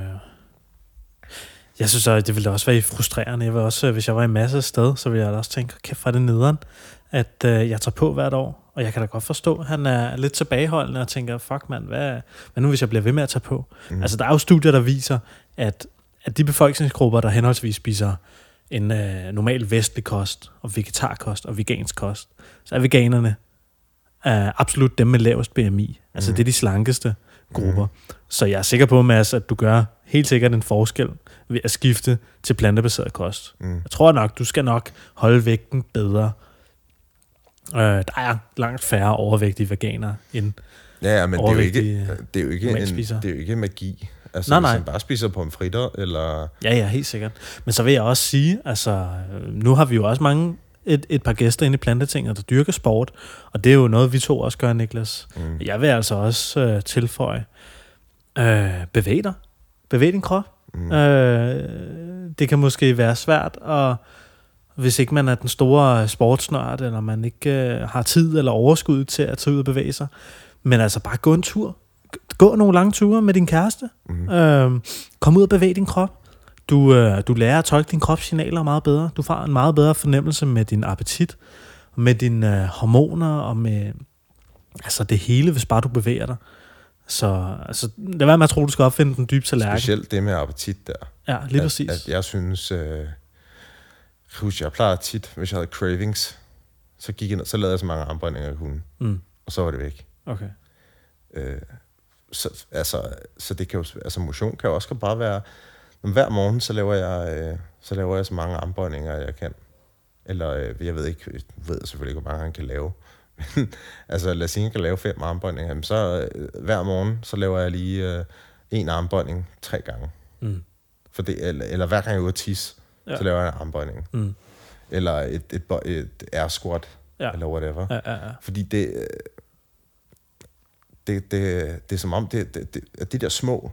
jeg synes, at det ville også være frustrerende. Jeg vil også, hvis jeg var i masse sted, så ville jeg også tænke, kæft, hvor er det nederen, at øh, jeg tager på hvert år. Og jeg kan da godt forstå, at han er lidt tilbageholdende og tænker, fuck mand, hvad, hvad nu hvis jeg bliver ved med at tage på? Mm. Altså, der er jo studier, der viser, at, at de befolkningsgrupper, der henholdsvis spiser en øh, normal vestlig kost, og vegetarkost og vegansk kost, så er veganerne øh, absolut dem med lavest B M I. Altså, mm. det er de slankeste grupper. Mm. Så jeg er sikker på, Mads, at du gør helt sikkert en forskel ved at skifte til plantebaseret kost. Mm. Jeg tror nok, du skal nok holde vægten bedre. Øh, der er langt færre overvægtige veganere end ja, ja, men det er jo ikke, det er jo ikke, en, det er jo ikke magi. Altså, nej, hvis nej. man bare spiser pomfritter, eller... Ja, ja, helt sikkert. Men så vil jeg også sige, altså, nu har vi jo også mange, et, et par gæster inde i Plantetinget, der dyrker sport, og det er jo noget, vi to også gør, Niklas. Mm. Jeg vil altså også øh, tilføje, øh, bevæg dig. Bevæg din krop. Mm. Øh, det kan måske være svært, og hvis ikke man er den store sportsnørd, eller man ikke øh, har tid eller overskud til at tage ud og bevæge sig. Men altså bare gå en tur. Gå nogle lange ture med din kæreste. Mm. Øh, kom ud og bevæg din krop. Du, øh, du lærer at tolke dine kropssignaler meget bedre. Du får en meget bedre fornemmelse med din appetit, med dine øh, hormoner, og med altså det hele, hvis bare du bevæger dig. Så altså, lad være med at tro, du skal opfinde den dybe tallerken. Specielt det med appetit der. Ja, lige at, præcis. At jeg synes... Øh Husk, jeg plejer tit, hvis jeg havde cravings, så gik jeg ned, så lavede jeg så mange armbåndinger, jeg kunne. Mm. Og så var det væk. Okay. Øh, så, altså, så det kan jo, altså motion kan jo også bare være, Men hver morgen, så laver jeg, øh, så laver jeg så mange armbøjninger, jeg kan. Eller, øh, jeg ved ikke, jeg ved selvfølgelig ikke, hvor mange han kan lave. Men, altså, lad os sige, jeg kan lave fem armbøjninger. Jamen, så øh, hver morgen, så laver jeg lige øh, en armbøjning tre gange. Mm. For det, eller, eller hver gang jeg er ude at tisse, ja. så laver jeg en armbøjning. Mm. Eller et, et, et, et air squat, ja. eller whatever. Ja, ja, ja. Fordi det, det, det, det er som om, det, det, det, at de der små,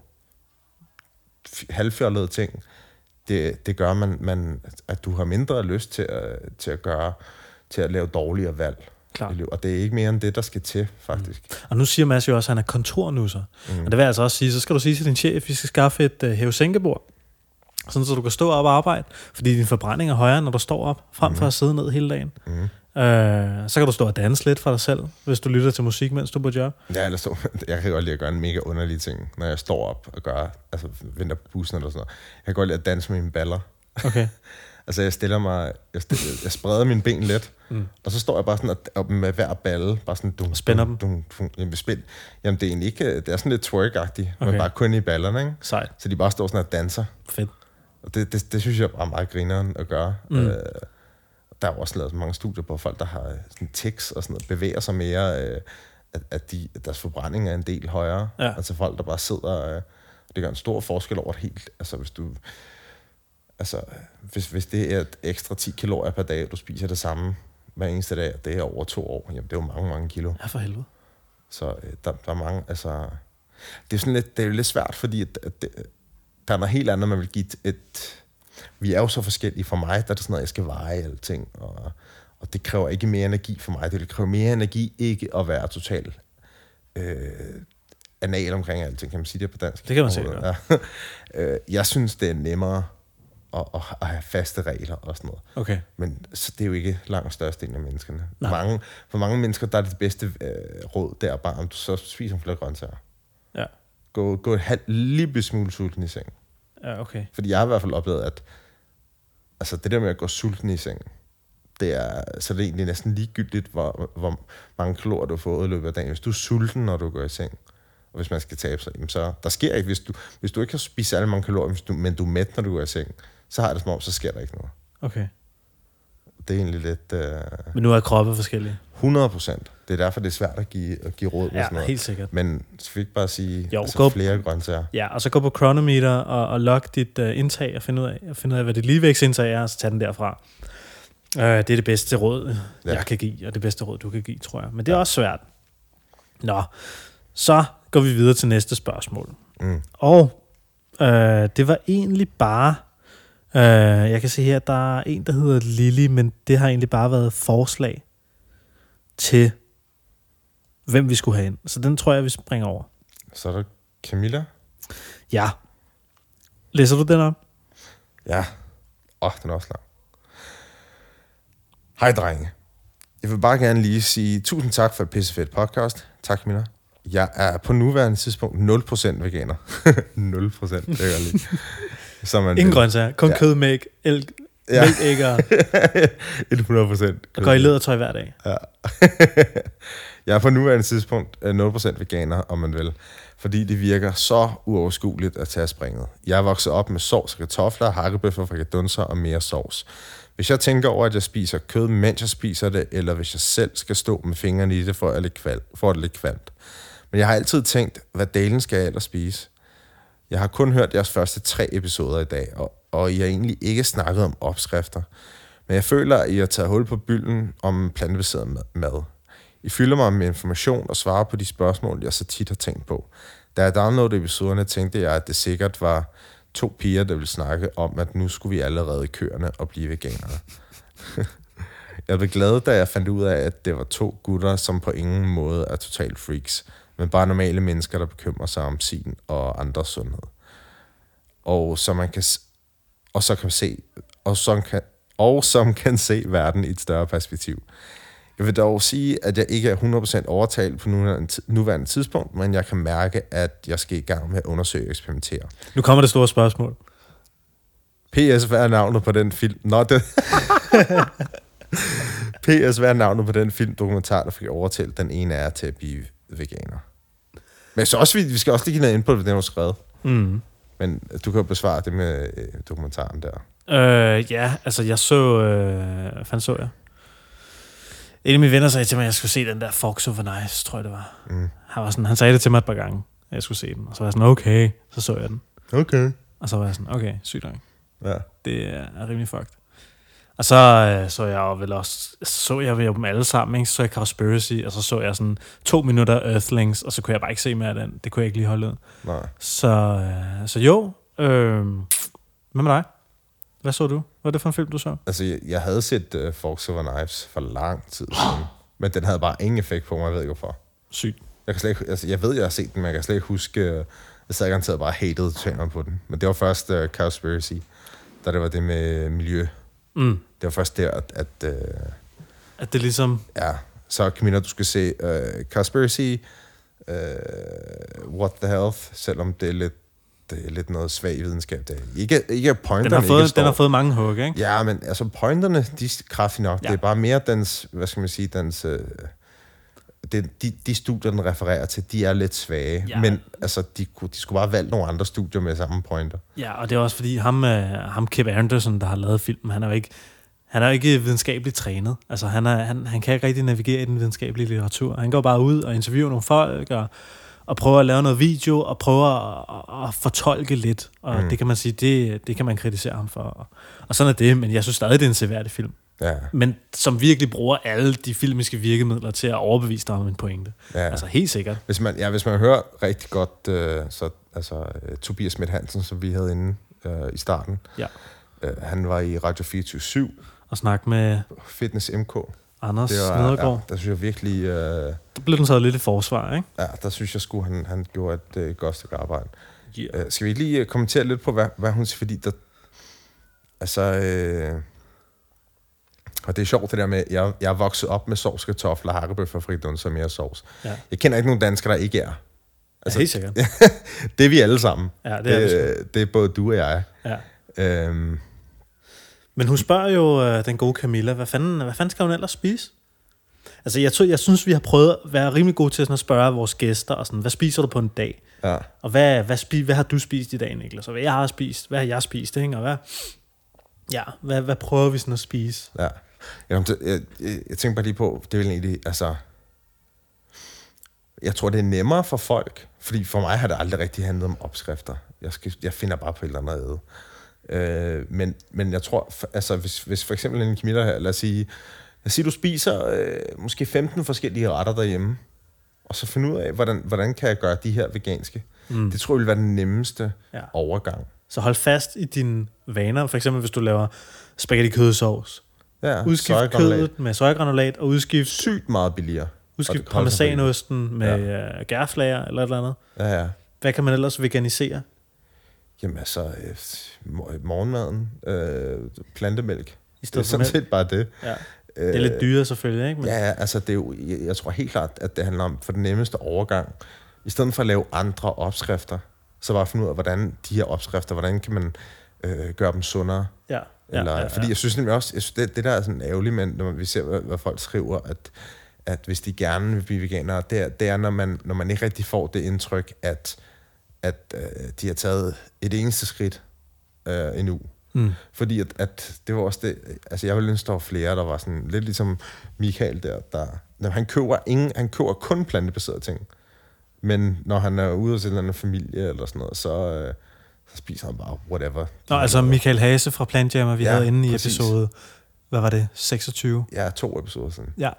halvfjollede ting, det, det gør, man, man, at du har mindre lyst til at, til at gøre, til at lave dårligere valg. Klar. Og det er ikke mere end det, der skal til, faktisk. Mm. Og nu siger Mads jo også, at han er kontornusser. Mm. Og det vil altså også sige, så skal du sige til din chef, at vi skal skaffe et uh, hæve-sænkebord, sådan så du kan stå op og arbejde, fordi din forbrænding er højere, når du står op, frem mm. for at sidde ned hele dagen. Mm. Uh, så kan du stå og danse lidt for dig selv, hvis du lytter til musik, mens du er på job. Ja, eller stå. Jeg kan godt lide at gøre en mega underlig ting, når jeg står op og gør, altså venter på bussen eller sådan noget. Jeg kan godt lide at danse med mine baller. Okay. Altså, jeg stiller mig, jeg, stiller, jeg spreder mine ben lidt, mm. og så står jeg bare sådan og, med hver balle, bare sådan... Dum, spænder dem? Dum, dum, jamen, spænd, jamen, det er egentlig ikke... Det er sådan lidt twerk-agtigt, okay. men bare kun i ballerne, ikke? Sejt. Så de bare står sådan og danser. Fedt. Og det, det, det synes jeg er meget grineren at gøre. Mm. Øh, der er jo også lavet så mange studier på folk, der har sådan tics og sådan noget, bevæger sig mere, øh, at, at, de, at deres forbrænding er en del højere. Ja. Altså folk, der bare sidder... Øh, det gør en stor forskel over det helt... Altså, hvis du... Altså, hvis, hvis det er et ekstra ti kalorier per dag, du spiser det samme hver eneste dag, det er over to år, jamen det er jo mange, mange kilo. Ja, for helvede. Så øh, der, der er mange, altså... Det er sådan lidt, det er lidt svært, fordi at, at det, der er noget helt andet, man vil give et, et... Vi er jo så forskellige. For mig, der er det sådan noget, jeg skal veje alting, og, og det kræver ikke mere energi for mig. Det kræver mere energi ikke at være totalt øh, anal omkring alting. Kan man sige det på dansk? Det kan man sige, ja. Jeg synes, det er nemmere Og, og, og have faste regler og sådan noget. Okay. Men så det er jo ikke langt størstedelen af menneskerne. Mange, for mange mennesker, der er det bedste øh, råd, der bare, om du så spiser flere grøntsager. Ja. Gå, gå et halvt lille smule sulten i seng. Ja, okay. Fordi jeg har i hvert fald oplevet, at altså, det der med at gå sulten i seng, det er, så det er egentlig næsten ligegyldigt, hvor, hvor mange kalorier du har fået i løbet af dagen. Hvis du er sulten, når du går i seng, og hvis man skal tabe sig, så der sker ikke, hvis du, hvis du ikke kan spise alle mange kalorier, hvis du, men du er mæt, når du går i seng, så har det som om, så sker der ikke noget. Okay. Det er egentlig lidt... Øh, men nu er kroppe forskellige. hundrede procent. Det er derfor, det er svært at give, at give råd med ja, sådan noget. Helt sikkert. Men så fik bare sige jo, altså, flere grøntsager. Ja, og så gå på Cronometer og, og log dit uh, indtag og finde ud, af, og finde ud af, hvad dit ligevægtsindtag er, og så tage den derfra. Uh, det er det bedste råd, ja. jeg kan give, og det bedste råd, du kan give, tror jeg. Men det er ja. også svært. Nå, så går vi videre til næste spørgsmål. Mm. Og uh, det var egentlig bare... Uh, jeg kan se her, at der er en, der hedder Lily, men det har egentlig bare været forslag til, hvem vi skulle have ind. Så den tror jeg, vi springer over. Så er der Camilla. Ja. Læser du den op? Ja. Åh, oh, den er også lang. Hej, drenge. Jeg vil bare gerne lige sige tusind tak for et pissefedt podcast. Tak, Camilla. Jeg er på nuværende tidspunkt nul procent veganer. nul procent, det er jeg lige. Ingen grøntsager, kun ja. kød, mælk, el- ja. mælk, ægger. hundrede procent. Og går i lædertøj hver dag. Ja. Jeg er på nuværende tidspunkt nul procent veganer, om man vil. Fordi det virker så uoverskueligt at tage springet. Jeg er vokset op med sovs og kartofler, hakkebøffer, frikadunser og mere sovs. Hvis jeg tænker over, at jeg spiser kød, mens jeg spiser det, eller hvis jeg selv skal stå med fingrene i det, får jeg lidt kvalmt. Får det lidt kvalmt. Men jeg har altid tænkt, hvad delen skal jeg ellers spise? Jeg har kun hørt jeres første tre episoder i dag, og, og I har egentlig ikke snakket om opskrifter. Men jeg føler, at I har taget hul på bylden om plantebaseret mad. I fylder mig med information og svarer på de spørgsmål, jeg så tit har tænkt på. Da jeg downloadede episoderne, tænkte jeg, at det sikkert var to piger, der ville snakke om, at nu skulle vi allerede i køerne og blive veganere. Jeg blev glad, da jeg fandt ud af, at det var to gutter, som på ingen måde er totalt freaks, men bare normale mennesker, der bekymrer sig om sin og andres sundhed. Og så man kan og så kan se og som kan og som kan se verden i et større perspektiv. Jeg vil dog sige, at jeg ikke er hundrede procent overtalt på nuværende tidspunkt, men jeg kan mærke, at jeg skal i gang med at undersøge og eksperimentere. Nu kommer det store spørgsmål. P S, hvad er navnet på den film? Nå, det... P S, hvad er navnet på den film-dokumentar, der fik overtalt den ene af jer til at blive veganer? Men så også, vi skal også lige give noget input på det, du har skrevet. Mm. Men du kan jo besvare det med øh, dokumentaren der. Øh, ja, altså jeg så... Øh, hvad fanden så jeg? En af mine venner sagde til mig, at jeg skulle se den der Forks Over Knives, tror jeg det var. Mm. Han, var sådan, han sagde det til mig et par gange, at jeg skulle se den. Og så var jeg sådan, okay, så så jeg den. Okay. Og så var jeg sådan, okay, sygt nok. Ja. Det er rimelig fucked. Og så øh, så jeg jo vel også, så jeg jo dem alle sammen, ikke? Så så jeg Cowspiracy, og så så jeg sådan to minutter Earthlings, og så kunne jeg bare ikke se mere af den. Det kunne jeg ikke lige holde ud. Nej. Så, øh, så jo, øh, hvad med dig? Hvad så du? Hvad var det for en film, du så? Altså, jeg, jeg havde set uh, Forks Over Knives for lang tid siden, men den havde bare ingen effekt på mig, jeg ved ikke hvorfor. Sygt. Jeg, kan slet ikke, altså, jeg ved, jeg har set den, men jeg kan slet ikke huske, uh, jeg sad garanteret bare hated tænder på den. Men det var først uh, Cowspiracy, da det var det med miljø. Mm. Det var først der, at... At, uh, at det ligesom... Ja, så Camilla, du skal se uh, Cowspiracy, uh, What the Health, selvom det er lidt, det er lidt noget svag videnskab. Det er ikke, ikke pointerne, den har, fået, ikke den har fået mange hug, ikke? Ja, men altså pointerne, de er kraftige nok. Ja. Det er bare mere dens, hvad skal man sige, dens... Uh, det, de, de studier, den refererer til, de er lidt svage. Ja. Men altså, de, de skulle bare valgt nogle andre studier med samme pointer. Ja, og det er også fordi, ham, uh, ham Kip Anderson, der har lavet filmen, han er jo ikke... Han er jo ikke videnskabeligt trænet. Altså, han, er, han, han kan ikke rigtig navigere i den videnskabelige litteratur. Han går bare ud og interviewer nogle folk, og, og prøver at lave noget video, og prøver at, at fortolke lidt. Og mm. det kan man sige, det, det kan man kritisere ham for. Og sådan er det, men jeg synes stadig, det er en seværdig film. Ja. Men som virkelig bruger alle de filmiske virkemidler til at overbevise dig om en pointe. Ja. Altså, helt sikkert. Hvis man, ja, hvis man hører rigtig godt, øh, så altså, uh, Tobias Schmidt Hansen, som vi havde inde uh, i starten, ja. uh, han var i Radio fireogtyve syv, og snakke med Fitness M K. Anders Nedergaard. Ja, der synes jeg virkelig... Øh, der blev den så lidt i forsvar, ikke? Ja, der synes jeg sgu, han, han gjorde et øh, godt stykke arbejde. Yeah. Uh, skal vi lige uh, kommentere lidt på, hvad, hvad hun siger? Fordi der... Altså... Øh, og det er sjovt det der med, jeg, jeg er vokset op med sovs, kartofler, hakkebøf og fridunser og mere sovs. Ja. Jeg kender ikke nogen danskere, der ikke er. Altså, ja, helt sikkert. Det er vi alle sammen. Ja, det, er det, det, det er både du og jeg. Ja. Øhm, Men hun spørger jo øh, den gode Camilla, hvad fanden, hvad fanden skal hun ellers spise? Altså, jeg, tror, jeg synes, vi har prøvet at være rimelig gode til sådan at spørge vores gæster, og sådan, hvad spiser du på en dag? Ja. Og hvad, hvad, spi, hvad har du spist i dag, Niklas? Og hvad jeg har spist? Hvad har jeg spist? Ikke? Og hvad, ja, hvad, hvad prøver vi sådan at spise? Ja. Jeg, jeg, jeg, jeg tænker bare lige på, det er vel egentlig, altså... Jeg tror, det er nemmere for folk, fordi for mig har det aldrig rigtig handlet om opskrifter. Jeg, skal, jeg finder bare på et eller andet æde. Øh, men, men jeg tror, altså hvis, hvis for eksempel en Camilla her, lad os sige, lad os sige du spiser øh, måske femten forskellige retter derhjemme, og så finde ud af, hvordan, hvordan kan jeg gøre de her veganske. Mm. Det tror jeg vil være den nemmeste ja. overgang. Så hold fast i dine vaner, for eksempel hvis du laver spaghetti kødsovs. Ja, udskift kødet med sojagranulat, og udskift... Sygt meget billigere. Udskift parmesanosten med ja. gærflager eller et eller andet. Ja, ja. Hvad kan man ellers veganisere? Jamen altså, øh, morgenmaden, øh, plantemælk. I stedet det er sådan set bare det. Ja. Det er lidt dyrere selvfølgelig, ikke? Men... Ja, altså det er jo, jeg, jeg tror helt klart, at det handler om for den nemmeste overgang. I stedet for at lave andre opskrifter, så bare finde ud af, hvordan de her opskrifter, hvordan kan man øh, gøre dem sundere. Ja. Ja, Eller, ja, ja. Fordi jeg synes nemlig også, jeg synes, det, det der er sådan ærgerligt, men når vi ser, hvad, hvad folk skriver, at, at hvis de gerne vil blive veganere, det er, det er når, man, når man ikke rigtig får det indtryk, at, at øh, de har taget et eneste skridt øh, endnu. Mm. Fordi at, at det var også det, altså jeg ville ønske, der var flere, der var sådan lidt ligesom Michael der, der når han køber ingen, han køber kun plantebaserede ting. Men når han er ude hos en eller anden familie eller sådan noget, så, øh, så spiser han bare whatever. Nå, altså Michael Hase fra Plantjammer, vi ja, havde inde i præcis. episode, hvad var det, seksogtyve? Ja, to episoder siden. Ja.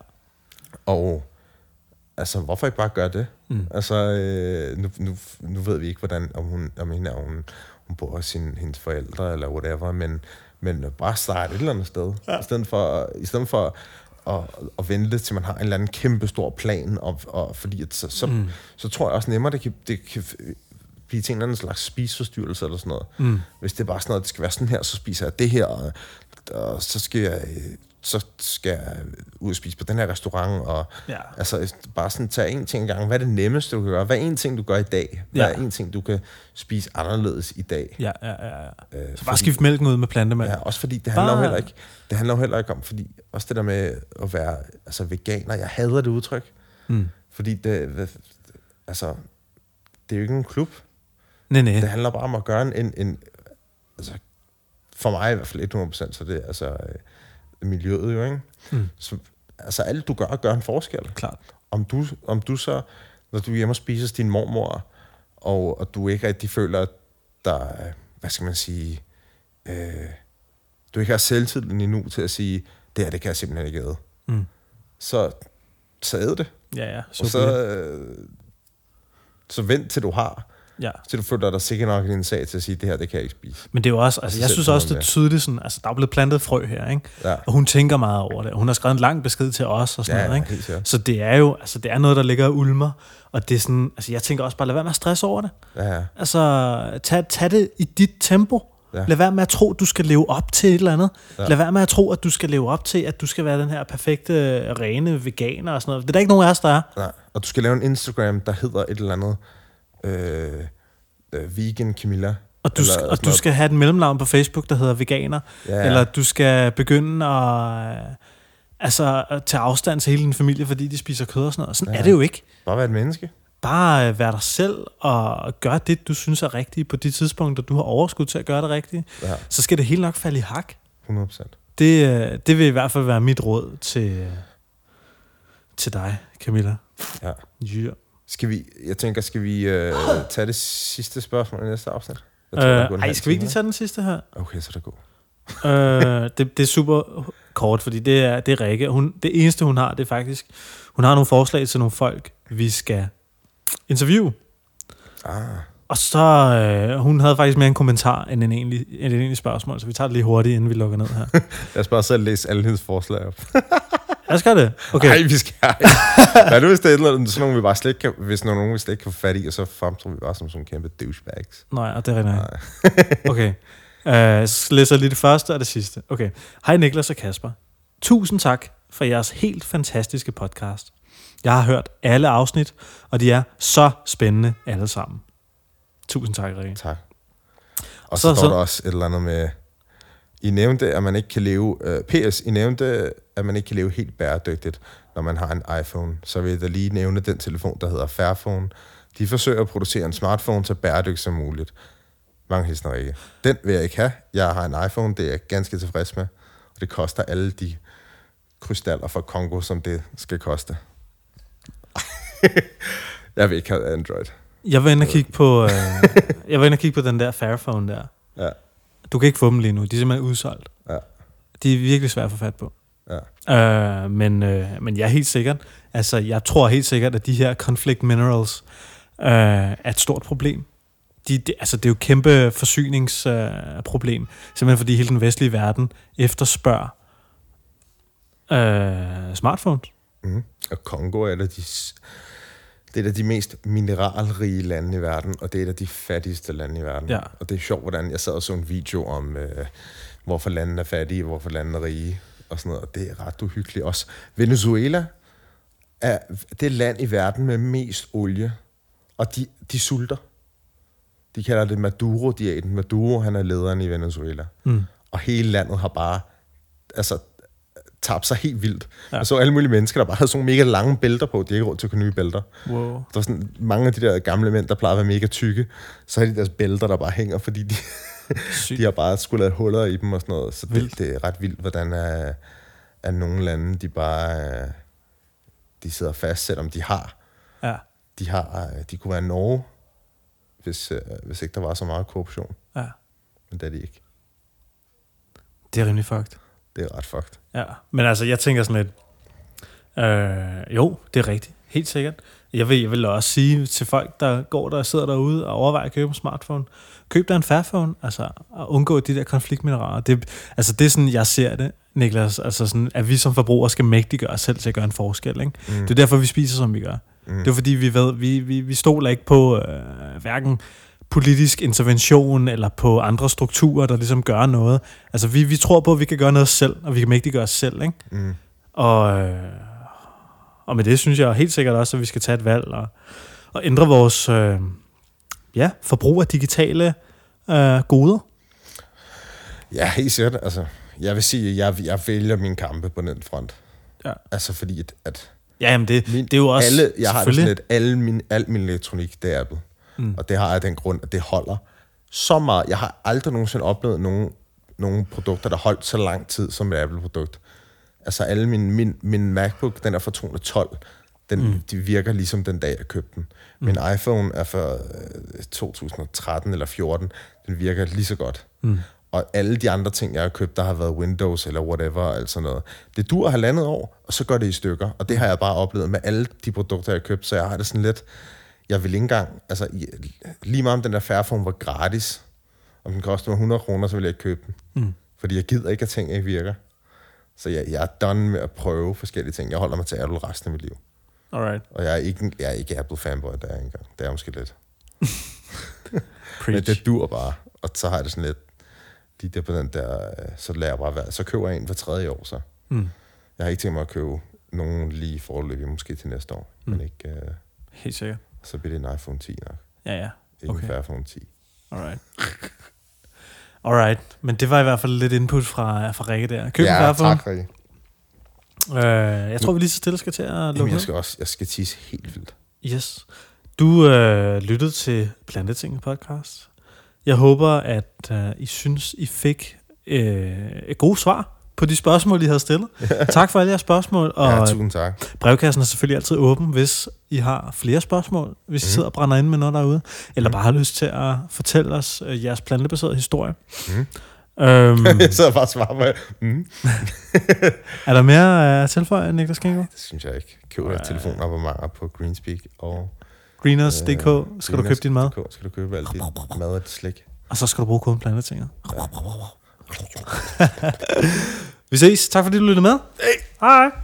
Og altså, hvorfor ikke bare gøre det? Mm. Altså, øh, nu, nu, nu ved vi ikke, hvordan, om hun, om hende er, hun, hun bor hos sin, hendes forældre eller whatever, men, men bare starte et eller andet sted. Ja. I stedet for, i stedet for at, at vente til man har en eller anden kæmpe stor plan, og, og fordi at, så, så, mm. så tror jeg også nemmere, det kan, det kan blive til en eller anden slags spiseforstyrrelse eller sådan noget. Mm. Hvis det er bare sådan noget, det skal være sådan her, så spiser jeg det her, og, og så skal jeg... så skal jeg ud og spise på den her restaurant, og ja. altså bare sådan tage en ting engang. Hvad er det nemmeste, du kan gøre? Hvad er en ting, du gør i dag? Hvad ja. er en ting, du kan spise anderledes i dag? Ja, ja, ja. ja. Øh, så bare skifte mælken ud med plantemælk. Ja, også fordi det handler bare... jo heller ikke, det handler jo heller ikke om, fordi også det der med at være altså veganer, jeg hader det udtryk. Mm. Fordi det, altså, det er jo ikke en klub. Nej, nej. Det handler bare om at gøre en, en, en altså, for mig i hvert fald hundrede procent, så det er altså øh, miljøet jo, ikke? Mm. Så, altså alt du gør, gør en forskel. Klart. Om du, om du så, når du er hjemme og spiser din mormor, og, og du ikke rigtig føler, at der, hvad skal man sige, øh, du ikke har selvtiden endnu til at sige, det her, det kan jeg simpelthen ikke æde. Mm. Så, så æd det. Ja, ja. Så, og så, øh, så vent til du har. Ja. Så du føler dig sikkert nok i din sag til at sige, det her, det kan jeg ikke spise. Men det er jo også, altså jeg synes også, det er tydeligt sådan, altså der er blevet plantet frø her, ikke? Ja. Og hun tænker meget over det. Hun har skrevet en lang besked til os og sådan ja, noget, ikke? Helt, ja. Så det er jo, altså det er noget, der ligger og ulmer, og det er sådan, altså jeg tænker også bare, lad være med at stresse over det. Ja, ja. Altså, tag, tag det i dit tempo. Ja. Lad være med at tro, at du skal leve op til et eller andet. Ja. Lad være med at tro, at du skal leve op til, at du skal være den her perfekte, rene veganer og sådan noget. Det er der ikke nogen af os, der er. Nej. Og du skal lave en Instagram, der hedder et eller andet øh, øh, Vegan Camilla. Og du, eller, og du skal have et mellemnavn på Facebook, der hedder veganer. Ja, ja. Eller du skal begynde at, altså, at tage afstand til hele din familie, fordi de spiser kød og sådan noget. Sådan ja. er det jo ikke. Bare være et menneske. Bare være dig selv og gøre det, du synes er rigtigt på de tidspunkter, du har overskud til at gøre det rigtige. Ja. Så skal det helt nok falde i hak. hundrede procent. Det, det vil i hvert fald være mit råd til, til dig, Camilla. Ja. Ja. Skal vi, jeg tænker, skal vi øh, tage det sidste spørgsmål i næste afsnit? Ej, øh, skal vi ikke lige tage den sidste her? Okay, så er det god. øh, det, det er super kort, fordi det er, det er Rikke. Hun, det eneste, hun har, det er faktisk, hun har nogle forslag til nogle folk, vi skal interview. Ah. Og så, øh, hun havde faktisk mere en kommentar end en egentlig, end en egentlig spørgsmål, så vi tager det lige hurtigt, inden vi lukker ned her. Jeg skal bare selv læse alle hendes forslag op. Jeg skal det? Okay. Nej, vi skal ikke. Hvad nu, hvis det er sådan nogle, vi bare slet ikke kan, hvis der er nogen, vi slet ikke kan få fat i, og så fremstår vi bare som sådan kæmpe douchebags. Nej, og det er rigtig. Okay. Uh, så læser jeg lige det første og det sidste. Okay. Hej Niklas og Kasper. Tusind tak for jeres helt fantastiske podcast. Jeg har hørt alle afsnit, og de er så spændende alle sammen. Tusind tak, Rikke. Tak. Og så, så står så, der også et eller andet med, I nævnte, at man ikke kan leve, uh, P S, I nævnte, at man ikke kan leve helt bæredygtigt, når man har en iPhone. Så vil jeg da lige nævne den telefon, der hedder Fairphone. De forsøger at producere en smartphone så bæredygtigt som muligt. Mange hilsner, Rikke. Den vil jeg ikke have. Jeg har en iPhone, det er jeg ganske tilfreds med. Og det koster alle de krystaller fra Congo, som det skal koste. Jeg vil ikke have Android. Jeg vil ind og kigge på, øh, jeg vil ind og kigge på den der Fairphone der. Ja. Du kan ikke få dem lige nu. De er simpelthen udsolgt. Ja. De er virkelig svære at få fat på. Ja. Øh, men, øh, men jeg er helt sikkert, altså jeg tror helt sikkert, at de her conflict minerals øh, er et stort problem. De, de, altså det er jo et kæmpe forsyningsproblem, øh, simpelthen fordi hele den vestlige verden efterspørger øh, smartphones. Mm. Og Congo er et af de, det er et af de mest mineralrige lande i verden, og det er et af de fattigste lande i verden. Ja. Og det er sjovt, hvordan jeg sad og så en video om, øh, hvorfor landene er fattige, hvorfor landene er rige, og sådan noget, og det er ret uhyggeligt. Også Venezuela er det land i verden med mest olie, og de, de sulter. De kalder det Maduro-diæten. Maduro, han er lederen i Venezuela. Mm. Og hele landet har bare altså, tabt sig helt vildt. Ja. Jeg så alle mulige mennesker, der bare havde sådan mega lange bælter på. De har ikke råd til at købe nye bælter. Wow. Der var sådan mange af de der gamle mænd, der plejede at være mega tykke. Så har de deres bælter, der bare hænger, fordi de, de har bare skulle lave huller i dem og sådan noget. Så det, det er ret vildt, hvordan er, er nogle lande, de bare de sidder fast, selvom de har. Ja. De har, de kunne være Norge, hvis, øh, hvis ikke der var så meget korruption. Ja. Men det er de ikke. Det er rimelig fucked. Det er ret fucked. Ja, men altså, jeg tænker sådan lidt, øh, jo, det er rigtigt. Helt sikkert. Jeg vil, jeg vil også sige til folk, der går der og sidder derude og overvejer at købe en smartphone, køb dig en Fairphone, altså at undgå de der konfliktmineraler. Det, altså det er sådan, jeg ser det, Niklas, altså sådan, at vi som forbrugere skal mægtiggøre os selv til at gøre en forskel. Ikke? Mm. Det er derfor, vi spiser, som vi gør. Mm. Det er fordi, vi ved, vi, vi, vi stoler ikke på øh, hverken politisk intervention eller på andre strukturer, der ligesom gør noget. Altså, vi, vi tror på, at vi kan gøre noget selv, og vi kan mægtiggøre os selv, ikke? Mm. Og, øh, og med det synes jeg helt sikkert også, at vi skal tage et valg og, og ændre vores øh, ja, forbrug af digitale øh, goder. Ja, helt sikkert. Altså, jeg vil sige, at jeg, jeg vælger mine kampe på den front. Ja. Altså, fordi at... at ja, jamen det, min, det er jo også... Alle, jeg har det sådan lidt, alle min, al min elektronik, det er Apple. Mm. Og det har jeg den grund, at det holder så meget. Jeg har aldrig nogensinde oplevet nogen, nogen produkter, der holdt så lang tid som et Apple-produkt. Altså alle min, min, min MacBook, den er fra to tusind og tolv. Den, mm. De virker ligesom den dag, jeg købte den. Mm. Min iPhone er fra øh, to tusind og tretten eller fjorten. Den virker lige så godt. Mm. Og alle de andre ting, jeg har købt, der har været Windows eller whatever, altså noget. Det dur halvandet år, og så går det i stykker. Og det har jeg bare oplevet med alle de produkter, jeg har købt. Så jeg har det sådan lidt... Jeg vil ikke engang... Altså, lige meget om den der Fairphone var gratis, om den koster mig hundrede kroner, så vil jeg ikke købe den. Mm. Fordi jeg gider ikke, at ting ikke virker. Så jeg, jeg er done med at prøve forskellige ting. Jeg holder mig til Apple resten af mit liv. Alright. Og jeg er ikke, jeg er ikke Apple-fanboy, der er engang. Det er måske lidt. Men det dur bare. Og så har jeg det sådan lidt... De der på den der... Så lærer jeg bare være. Så køber jeg en hver tredje år, så. Mm. Jeg har ikke tænkt mig at købe nogen lige foreløbig, måske til næste år. Mm. Men ikke... Uh, Helt sikkert. Så bliver det en iPhone ti nok. Ja, ja. Ikke okay. En Fairphone ti. Alright. Alright. Men det var i hvert fald lidt input fra, fra Rikke der. Køb ja, en Fairphone. Tak, Rikke. Uh, jeg tror, vi lige så stille skal til at lukke. Jamen, jeg skal også... Jeg skal tisse helt vildt. Yes. Du øh, lyttede til Plantetinget podcast. Jeg håber, at øh, I synes, I fik øh, et godt svar på de spørgsmål, I havde stillet. Tak for alle jeres spørgsmål. Og ja, tusind tak. Brevkassen er selvfølgelig altid åben, hvis I har flere spørgsmål, hvis I mm. sidder og brænder ind med noget derude, eller mm. bare har lyst til at fortælle os øh, jeres plantebaserede historie. Mm. Øhm, jeg sidder bare og svarer med. Mm. Er der mere at tilføje, Niklas Kinggaard? Det synes jeg ikke. Køb dig telefonabonnementer på Greenspeak og Greeners punktum d k. Øh, skal du købe din mad? Skal du købe alt din mad og slik. Og så skal du bruge koden Plantetinget. Ja. Vi ses. Tak fordi du lyttede med. Hey. Hej.